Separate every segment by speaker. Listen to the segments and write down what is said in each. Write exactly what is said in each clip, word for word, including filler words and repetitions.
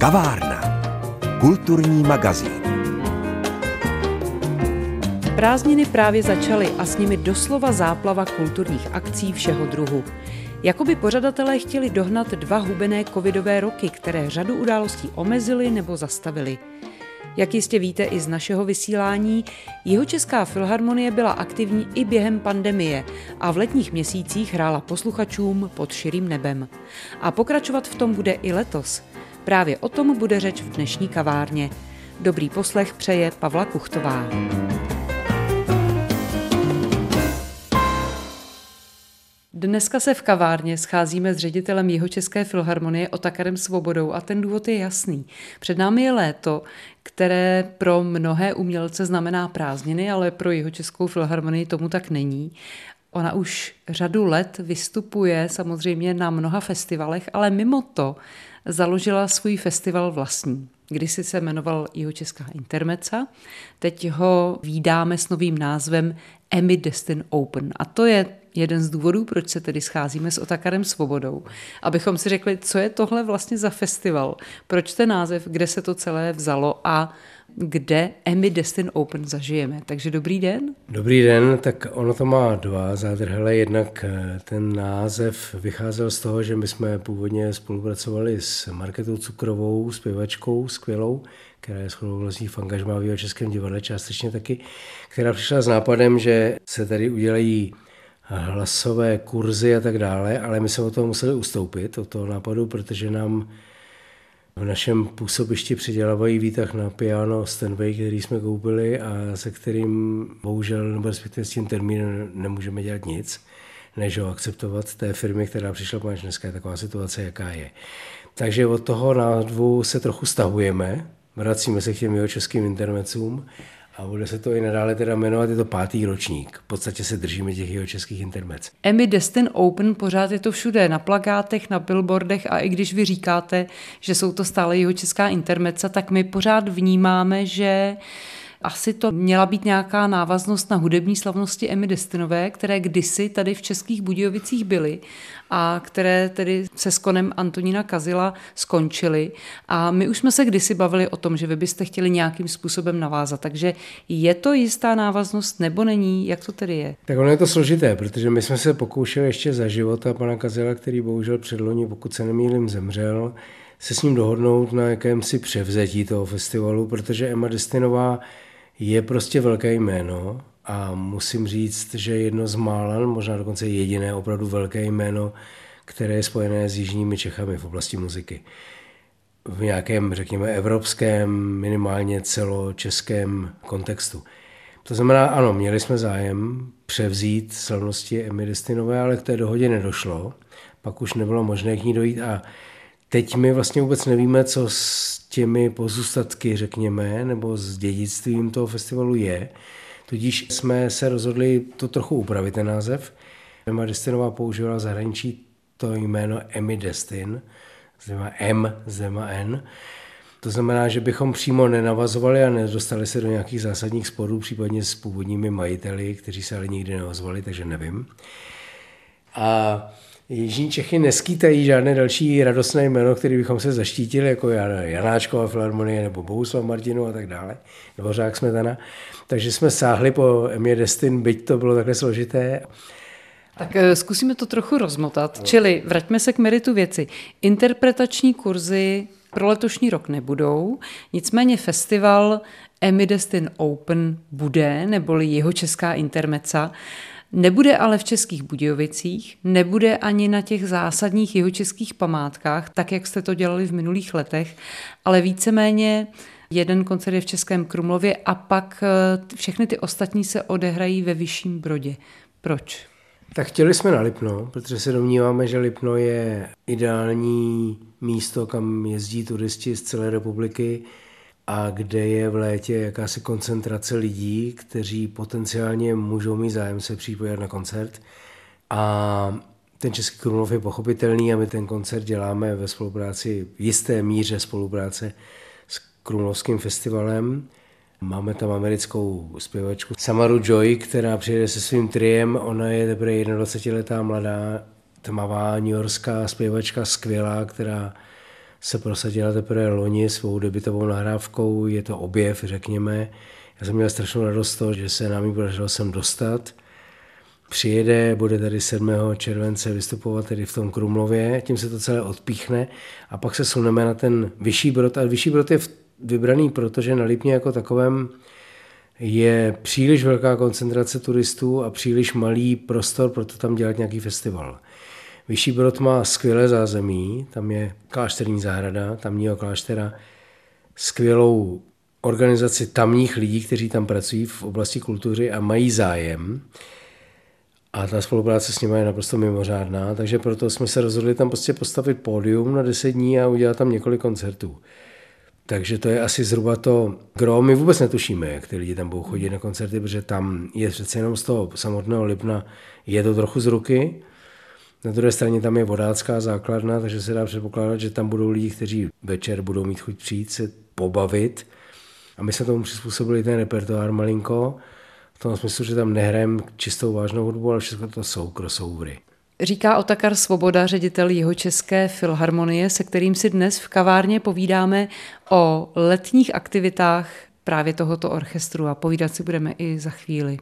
Speaker 1: Kavárna. Kulturní magazín.
Speaker 2: Prázdniny právě začaly a s nimi doslova záplava kulturních akcí všeho druhu. Jakoby pořadatelé chtěli dohnat dva hubené covidové roky, které řadu událostí omezily nebo zastavily. Jak jistě víte i z našeho vysílání, Jihočeská filharmonie byla aktivní i během pandemie a v letních měsících hrála posluchačům pod širým nebem. A pokračovat v tom bude i letos. Právě o tom bude řeč v dnešní kavárně. Dobrý poslech přeje Pavla Kuchtová. Dneska se v kavárně scházíme s ředitelem Jihočeské filharmonie Otakarem Svobodou a ten důvod je jasný. Před námi je léto, které pro mnohé umělce znamená prázdniny, ale pro Jihočeskou filharmonii tomu tak není. Ona už řadu let vystupuje samozřejmě na mnoha festivalech, ale mimo to založila svůj festival vlastní. Kdysi se jmenoval Jihočeská intermeca, teď ho vídáme s novým názvem Emmy Destin Open. A to je jeden z důvodů, proč se tedy scházíme s Otakarem Svobodou. Abychom si řekli, co je tohle vlastně za festival, proč ten název, kde se to celé vzalo a kde Emmy Destin Open zažijeme. Takže dobrý den.
Speaker 3: Dobrý den, tak ono to má dva zádrhele. Jednak ten název vycházel z toho, že my jsme původně spolupracovali s Markétou Cukrovou, zpěvačkou skvělou, která je shodou vlastní v angažmá v Jihočeském divadle částečně taky, která přišla s nápadem, že se tady udělají hlasové kurzy a tak dále, ale my jsme od toho museli ustoupit, od toho nápadu, protože nám v našem působišti předělávají výtah na piano Steinway, který jsme koupili a se kterým bohužel, nebo respektive s tím termínem nemůžeme dělat nic, než ho akceptovat té firmy, která přišla, protože dneska je taková situace, jaká je. Takže od toho názvu se trochu stahujeme, vracíme se k těm jihočeským intermecům a bude se to i nadále teda jmenovat, je to pátý ročník. V podstatě se držíme těch jihočeských intermec.
Speaker 2: Emmy Destin Open, pořád je to všude na plakátech, na billboardech a i když vy říkáte, že jsou to stále jihočeská intermeca, tak my pořád vnímáme, že asi to měla být nějaká návaznost na hudební slavnosti Emmy Destinové, které kdysi tady v Českých Budějovicích byly a které tedy se skonem Antonína Kazila skončily. A my už jsme se kdysi bavili o tom, že vy byste chtěli nějakým způsobem navázat. Takže je to jistá návaznost nebo není? Jak to tedy je?
Speaker 3: Tak ono je to složité, protože my jsme se pokoušeli ještě za života pana Kazila, který bohužel předloni, pokud se nemýlím, zemřel, se s ním dohodnout na jakémsi převzetí toho festivalu, protože Emma Destinová je prostě velké jméno a musím říct, že jedno z mála, možná dokonce jediné opravdu velké jméno, které je spojené s jižními Čechami v oblasti muziky. V nějakém, řekněme, evropském, minimálně celočeském kontextu. To znamená, ano, měli jsme zájem převzít slavnosti Emmy Destinové, ale k té dohodě nedošlo. Pak už nebylo možné k ní dojít a teď my vlastně vůbec nevíme, co s těmi pozůstatky, řekněme, nebo s dědictvím toho festivalu je. Tudíž jsme se rozhodli to trochu upravit, ten název. Emma Destinová používala v zahraničí to jméno Emmy Destin, zde má M, zde má N. To znamená, že bychom přímo nenavazovali a nedostali se do nějakých zásadních sporů, případně s původními majiteli, kteří se ale nikdy neozvali, takže nevím. A Jižní Čechy neskýtají žádné další radostné jméno, který bychom se zaštítili, jako Janáčkova filharmonie nebo Bohuslav Martinů a tak dále, Dvořák Smetana. Takže jsme sáhli po Emmě Destin, byť to bylo takhle složité.
Speaker 2: Tak zkusíme to trochu rozmotat, čili vraťme se k meritu věci. Interpretační kurzy pro letošní rok nebudou, nicméně festival Emmy Destin Open bude, neboli Jihočeská intermeca. Nebude ale v Českých Budějovicích, nebude ani na těch zásadních jihočeských památkách, tak jak jste to dělali v minulých letech, ale víceméně jeden koncert je v Českém Krumlově a pak všechny ty ostatní se odehrají ve Vyšším Brodě. Proč?
Speaker 3: Tak chtěli jsme na Lipno, protože se domníváme, že Lipno je ideální místo, kam jezdí turisti z celé republiky a kde je v létě jakási koncentrace lidí, kteří potenciálně můžou mít zájem se připojit na koncert. A ten Český Krumlov je pochopitelný a my ten koncert děláme ve spolupráci, v jisté míře spolupráce s Krumlovským festivalem. Máme tam americkou zpěvačku Samaru Joy, která přijede se svým triem. Ona je teprve dvacetiletá mladá, tmavá newyorská zpěvačka, skvělá, která se prosadila teprve loni svou debutovou nahrávkou, je to objev, řekněme. Já jsem měl strašnou radost toho, že se nám ji podařilo sem dostat. Přijede, bude tady sedmého července vystupovat tedy v tom Krumlově, tím se to celé odpíchne a pak se suneme na ten Vyšší Brod. A Vyšší Brod je vybraný, protože na Lipně jako takovém je příliš velká koncentrace turistů a příliš malý prostor pro to tam dělat nějaký festival. Vyšší Brod má skvělé zázemí, tam je klášterní zahrada tamního kláštera, skvělou organizaci tamních lidí, kteří tam pracují v oblasti kultury a mají zájem. A ta spolupráce s nimi je naprosto mimořádná, takže proto jsme se rozhodli tam prostě postavit pódium na deset dní a udělat tam několik koncertů. Takže to je asi zhruba to gro. My vůbec netušíme, jak ty lidi tam budou chodit na koncerty, protože tam je přece jenom z toho samotného Lipna, je to trochu z ruky. Na druhé straně tam je vodácká základna, takže se dá předpokládat, že tam budou lidi, kteří večer budou mít chuť přijít se pobavit. A my jsme tomu přizpůsobili ten repertoár malinko, v tom smyslu, že tam nehrajeme čistou vážnou hudbu, ale všechno to jsou crossovery.
Speaker 2: Říká Otakar Svoboda, ředitel Jihočeské filharmonie, se kterým si dnes v kavárně povídáme o letních aktivitách právě tohoto orchestru a povídat si budeme i za chvíli.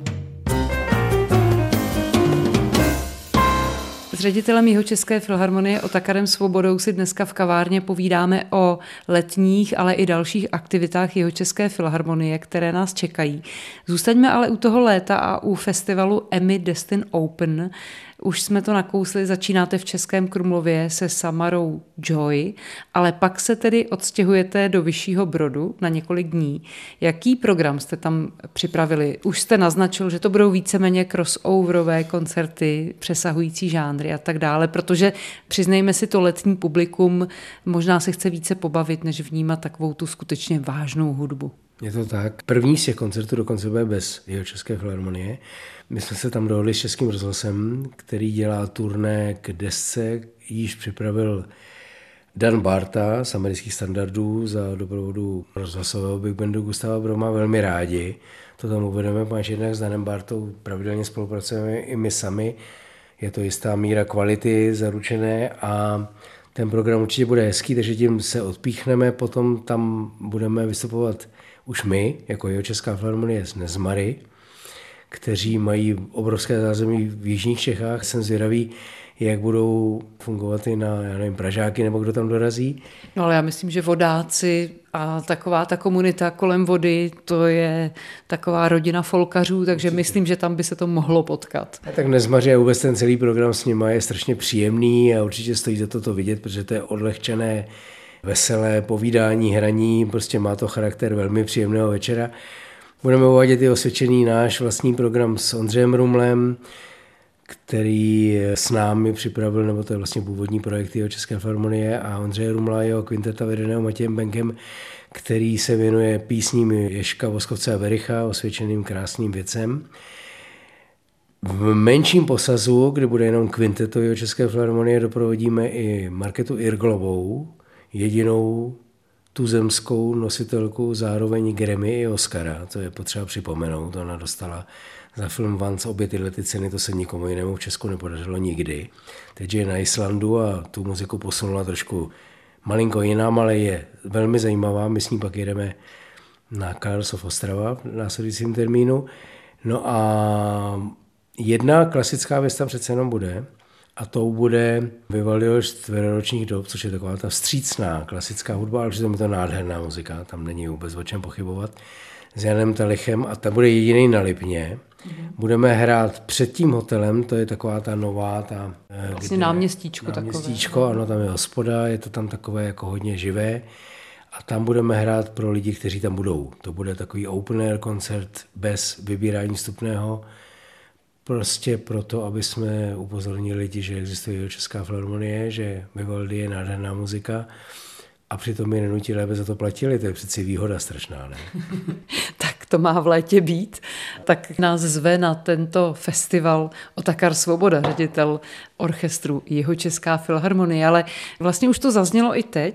Speaker 2: S ředitelem Jihočeské filharmonie Otakarem Svobodou si dneska v kavárně povídáme o letních, ale i dalších aktivitách Jihočeské filharmonie, které nás čekají. Zůstaňme ale u toho léta a u festivalu Emmy Destin Open. Už jsme to nakousli, začínáte v Českém Krumlově se Samarou Joy, ale pak se tedy odstěhujete do Vyššího Brodu na několik dní. Jaký program jste tam připravili? Už jste naznačil, že to budou víceméně crossoverové koncerty, přesahující žánry a tak dále, protože přiznejme si, to letní publikum možná se chce více pobavit, než vnímat takovou tu skutečně vážnou hudbu.
Speaker 3: Je to tak. První z těch koncertů dokonce bude bez Jihočeské filharmonie. My jsme se tam dohodli s Českým rozhlasem, který dělá turné k desce, již připravil Dan Barta z Amerických standardů za doprovodu rozhlasového big bandu Gustava Broma. Velmi rádi to tam uvedeme, protože jednak s Danem Bartou pravidelně spolupracujeme i my sami. Je to jistá míra kvality zaručené a ten program určitě bude hezký, takže tím se odpíchneme, potom tam budeme vystupovat už my, jako Jihočeská filharmonie z Nezmary, kteří mají obrovské zázemí v jižních Čechách. Jsem zvědavý, jak budou fungovat i na, já nevím, Pražáky, nebo kdo tam dorazí.
Speaker 2: No ale já myslím, že vodáci a taková ta komunita kolem vody, to je taková rodina folkařů, takže myslím, že tam by se to mohlo potkat.
Speaker 3: A tak Nezmaři a vůbec ten celý program s nimi je strašně příjemný a určitě stojí za to to vidět, protože to je odlehčené, veselé povídání, hraní, prostě má to charakter velmi příjemného večera. Budeme uvádět i osvědčený náš vlastní program s Ondřejem Rumlem, který s námi připravil, nebo to je vlastně původní projekt Jihočeské filharmonie a Ondřeje Rumla jeho kvinteta vedeného Matějem Benkem, který se věnuje písním Ježka, Voskovce a Vericha, osvědčeným krásným věcem. V menším posazu, kde bude jenom kvinteto Jihočeské filharmonie, doprovodíme i Markétu Irglovou, jedinou tuzemskou nositelku zároveň Grammy i Oscara, to je potřeba připomenout, ona dostala za film Vance obě tyhle ty ceny, to se nikomu jinému v Česku nepodařilo nikdy. Teď je na Islandu a tu muziku posunula trošku malinko jinam, ale je velmi zajímavá, my s ní pak jedeme na Karlsov Ostrava v následujícím termínu. No a jedna klasická věc tam přece jenom bude, a to bude Vivaldiho čtveroročních dob, což je taková ta vstřícná klasická hudba, ale přitom je to nádherná muzika, tam není vůbec o čem pochybovat, s Janem Talichem a ta bude jediný na Lipně. Mm-hmm. Budeme hrát před tím hotelem, to je taková ta nová, ta...
Speaker 2: Vlastně náměstíčko,
Speaker 3: náměstíčko
Speaker 2: takové.
Speaker 3: Ano, tam je hospoda, je to tam takové jako hodně živé a tam budeme hrát pro lidi, kteří tam budou. To bude takový open air koncert bez vybírání vstupného, prostě proto, aby jsme upozornili lidi, že existuje Jihočeská filharmonie, že Vivaldi je nádherná muzika a přitom je nenutí, aby za to platili. To je přeci výhoda strašná, ne?
Speaker 2: Tak to má v létě být. Tak nás zve na tento festival Otakar Svoboda, ředitel orchestru Jihočeská filharmonie. Ale vlastně už to zaznělo i teď.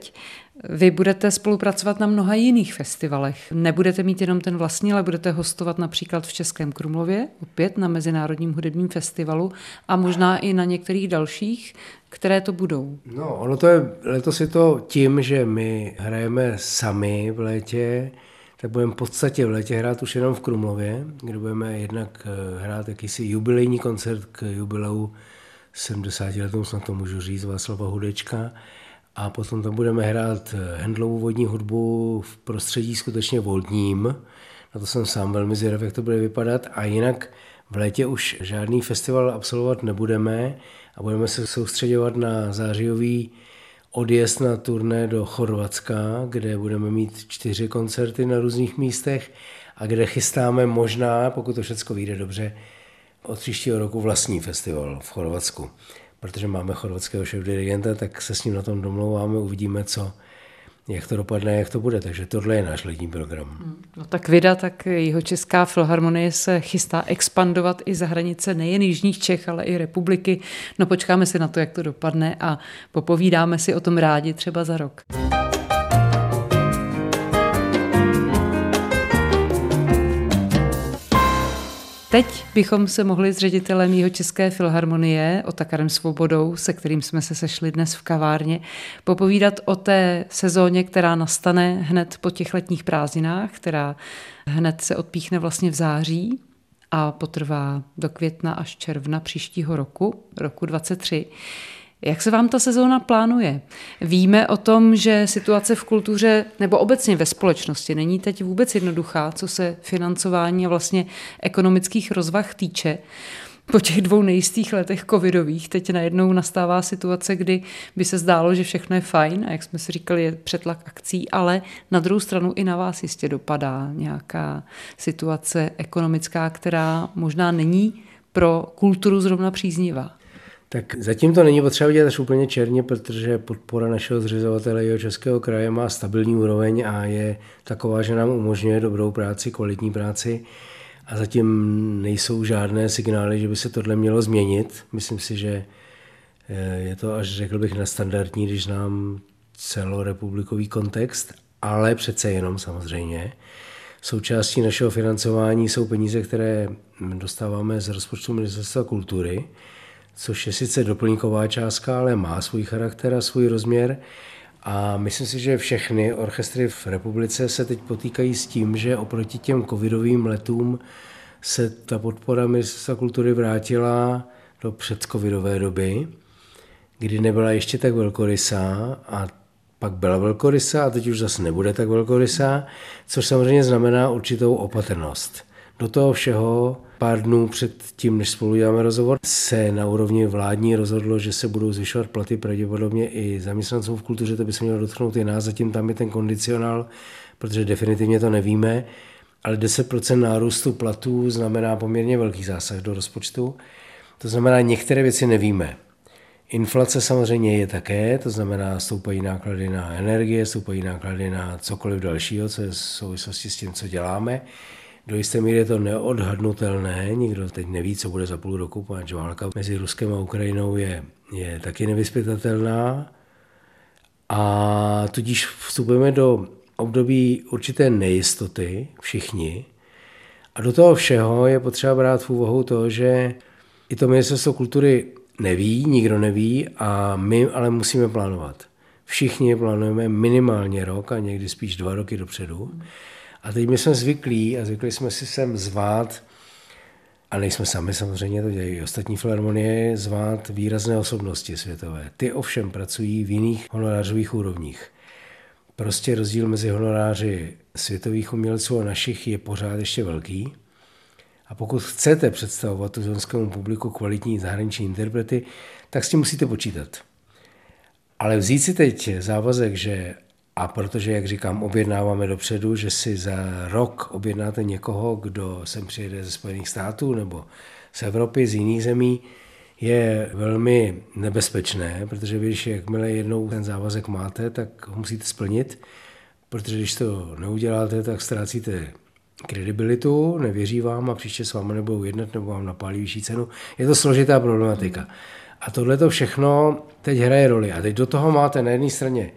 Speaker 2: Vy budete spolupracovat na mnoha jiných festivalech. Nebudete mít jenom ten vlastní, ale budete hostovat například v Českém Krumlově, opět na Mezinárodním hudebním festivalu a možná i na některých dalších, které to budou.
Speaker 3: No, ono to je, letos je to tím, že my hrajeme sami v létě, tak budeme v podstatě v létě hrát už jenom v Krumlově, kde budeme jednak hrát jakýsi jubilejní koncert k jubileu sedmdesáti letům, snad to můžu říct, Václava Hudečka. A potom tam budeme hrát Handlovu vodní hudbu v prostředí skutečně vodním. Na to jsem sám velmi zvědav, jak to bude vypadat. A jinak v létě už žádný festival absolvovat nebudeme a budeme se soustředovat na zářijový odjezd na turné do Chorvatska, kde budeme mít čtyři koncerty na různých místech a kde chystáme možná, pokud to všechno vyjde dobře, od příštího roku vlastní festival v Chorvatsku. Protože máme chorvatského šéfdirigenta, tak se s ním na tom domlouváme, uvidíme, co, jak to dopadne, jak to bude. Takže tohle je náš letní program.
Speaker 2: No tak vida, tak Jihočeská filharmonie se chystá expandovat i za hranice nejen jižních Čech, ale i republiky. No počkáme si na to, jak to dopadne a popovídáme si o tom rádi třeba za rok. Teď bychom se mohli s ředitelem Jihočeské filharmonie Otakarem Svobodou, se kterým jsme se sešli dnes v kavárně, popovídat o té sezóně, která nastane hned po těch letních prázdninách, která hned se odpíchne vlastně v září a potrvá do května až června příštího roku, roku dvacet tři. Jak se vám ta sezóna plánuje? Víme o tom, že situace v kultuře nebo obecně ve společnosti není teď vůbec jednoduchá, co se financování a vlastně ekonomických rozvah týče. Po těch dvou nejistých letech covidových teď najednou nastává situace, kdy by se zdálo, že všechno je fajn a jak jsme si říkali, je přetlak akcí, ale na druhou stranu i na vás jistě dopadá nějaká situace ekonomická, která možná není pro kulturu zrovna příznivá.
Speaker 3: Tak zatím to není potřeba vidět až úplně černě, protože podpora našeho zřizovatele Jihočeského kraje má stabilní úroveň a je taková, že nám umožňuje dobrou práci, kvalitní práci a zatím nejsou žádné signály, že by se tohle mělo změnit. Myslím si, že je to až, řekl bych, nadstandardní, když znám celorepublikový kontext, ale přece jenom samozřejmě. Součástí našeho financování jsou peníze, které dostáváme z rozpočtu Ministerstva kultury, což je sice doplňková částka, ale má svůj charakter a svůj rozměr. A myslím si, že všechny orchestry v republice se teď potýkají s tím, že oproti těm covidovým letům se ta podpora Ministerstva kultury vrátila do předcovidové doby, kdy nebyla ještě tak velkorysá a pak byla velkorysá a teď už zase nebude tak velkorysá, což samozřejmě znamená určitou opatrnost. Do toho všeho pár dnů před tím, než spolu děláme rozhovor, se na úrovni vládní rozhodlo, že se budou zvyšovat platy pravděpodobně i zaměstnancům v kultuře, to by se mělo dotknout i nás, zatím tam je ten kondicionál, protože definitivně to nevíme, ale deset procent nárůstu platů znamená poměrně velký zásah do rozpočtu, to znamená, některé věci nevíme. Inflace samozřejmě je také, to znamená, stoupají náklady na energie, stoupají náklady na cokoliv dalšího, co je v souvislosti s tím, co děláme. Do jisté míry je to neodhadnutelné, nikdo teď neví, co bude za půl roku, protože válka mezi Ruskem a Ukrajinou je, je taky nevyzpytatelná a tudíž vstupujeme do období určité nejistoty všichni a do toho všeho je potřeba brát v úvahu to, že i to Ministerstvo kultury neví, nikdo neví a my ale musíme plánovat. Všichni plánujeme minimálně rok a někdy spíš dva roky dopředu. A teď my jsme zvyklí a zvykli jsme si sem zvát, a nejsme sami samozřejmě, to dělají i ostatní filharmonie, zvát výrazné osobnosti světové. Ty ovšem pracují v jiných honorářových úrovních. Prostě rozdíl mezi honoráři světových umělců a našich je pořád ještě velký. A pokud chcete představovat tuzemskému publiku kvalitní zahraniční interprety, tak s tím musíte počítat. Ale vzít si teď závazek, že a protože, jak říkám, objednáváme dopředu, že si za rok objednáte někoho, kdo sem přijede ze Spojených států nebo z Evropy, z jiných zemí, je velmi nebezpečné, protože vy, když jakmile jednou ten závazek máte, tak ho musíte splnit, protože když to neuděláte, tak ztrácíte kredibilitu, nevěří vám a příště s vámi nebudou jednat nebo vám napálí vyšší cenu. Je to složitá problematika. A tohle to všechno teď hraje roli. A teď do toho máte na jedné straně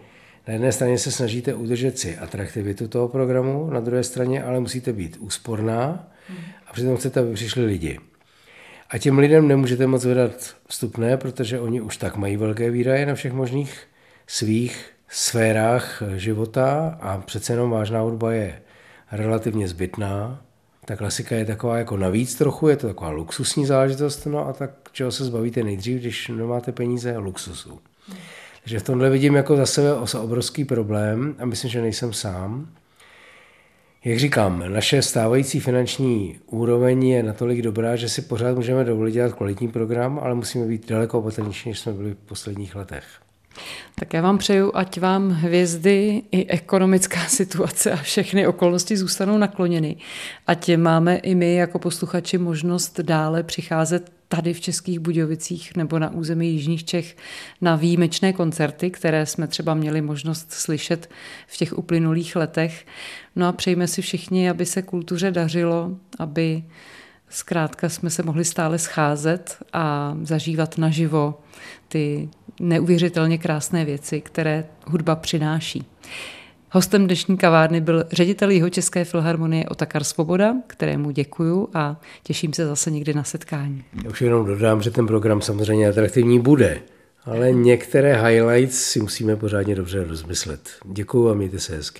Speaker 3: Na jedné straně se snažíte udržet si atraktivitu toho programu, na druhé straně ale musíte být úsporná a přitom chcete, aby přišli lidi. A těm lidem nemůžete moc vydat vstupné, protože oni už tak mají velké výdaje na všech možných svých sférách života a přece jenom vážná hudba je relativně zbytná. Ta klasika je taková jako navíc trochu, je to taková luxusní záležitost, no a tak čeho se zbavíte nejdřív, když nemáte peníze, luxusu. Takže v tomhle vidím jako za sebe obrovský problém a myslím, že nejsem sám. Jak říkám, naše stávající finanční úroveň je natolik dobrá, že si pořád můžeme dovolit dělat kvalitní program, ale musíme být daleko opatrnější, než jsme byli v posledních letech.
Speaker 2: Tak já vám přeju, ať vám hvězdy i ekonomická situace a všechny okolnosti zůstanou nakloněny. Ať máme i my jako posluchači možnost dále přicházet tady v Českých Budějovicích nebo na území jižních Čech na výjimečné koncerty, které jsme třeba měli možnost slyšet v těch uplynulých letech. No a přejme si všichni, aby se kultuře dařilo, aby zkrátka jsme se mohli stále scházet a zažívat naživo ty neuvěřitelně krásné věci, které hudba přináší. Hostem dnešní kavárny byl ředitel Jihočeské filharmonie Otakar Svoboda, kterému děkuju a těším se zase někdy na setkání.
Speaker 3: Já už jenom dodám, že ten program samozřejmě atraktivní bude, ale některé highlights si musíme pořádně dobře rozmyslet. Děkuju a mějte se hezky.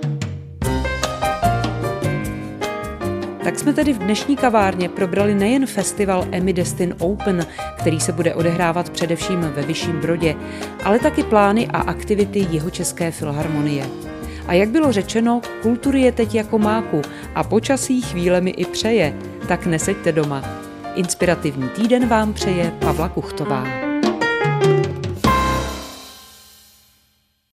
Speaker 2: Tak jsme tedy v dnešní kavárně probrali nejen festival Emmy Destin Open, který se bude odehrávat především ve Vyšším Brodě, ale taky plány a aktivity Jihočeské filharmonie. A jak bylo řečeno, kultury je teď jako máku a počasí chvílemi i přeje, tak neseďte doma. Inspirativní týden vám přeje Pavla Kuchtová.